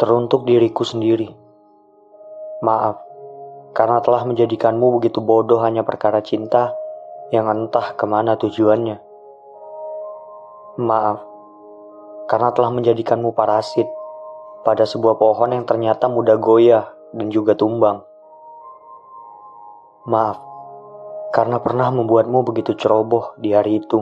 Teruntuk diriku sendiri, maaf karena telah menjadikanmu begitu bodoh hanya perkara cinta yang entah kemana tujuannya. Maaf karena telah menjadikanmu parasit pada sebuah pohon yang ternyata mudah goyah dan juga tumbang. Maaf karena pernah membuatmu begitu ceroboh di hari itu.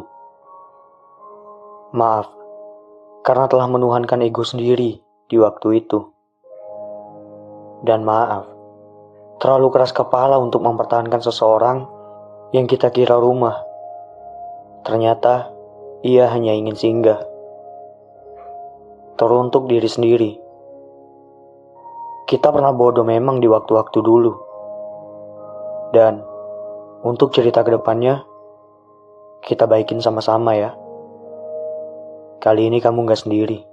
Maaf karena telah menuhankan ego sendiri di waktu itu. Dan maaf, terlalu keras kepala untuk mempertahankan seseorang yang kita kira rumah. Ternyata, ia hanya ingin singgah. Teruntuk diri sendiri. Kita pernah bodoh memang di waktu-waktu dulu. Dan, untuk cerita ke depannya, kita baikin sama-sama ya. Kali ini kamu gak sendiri.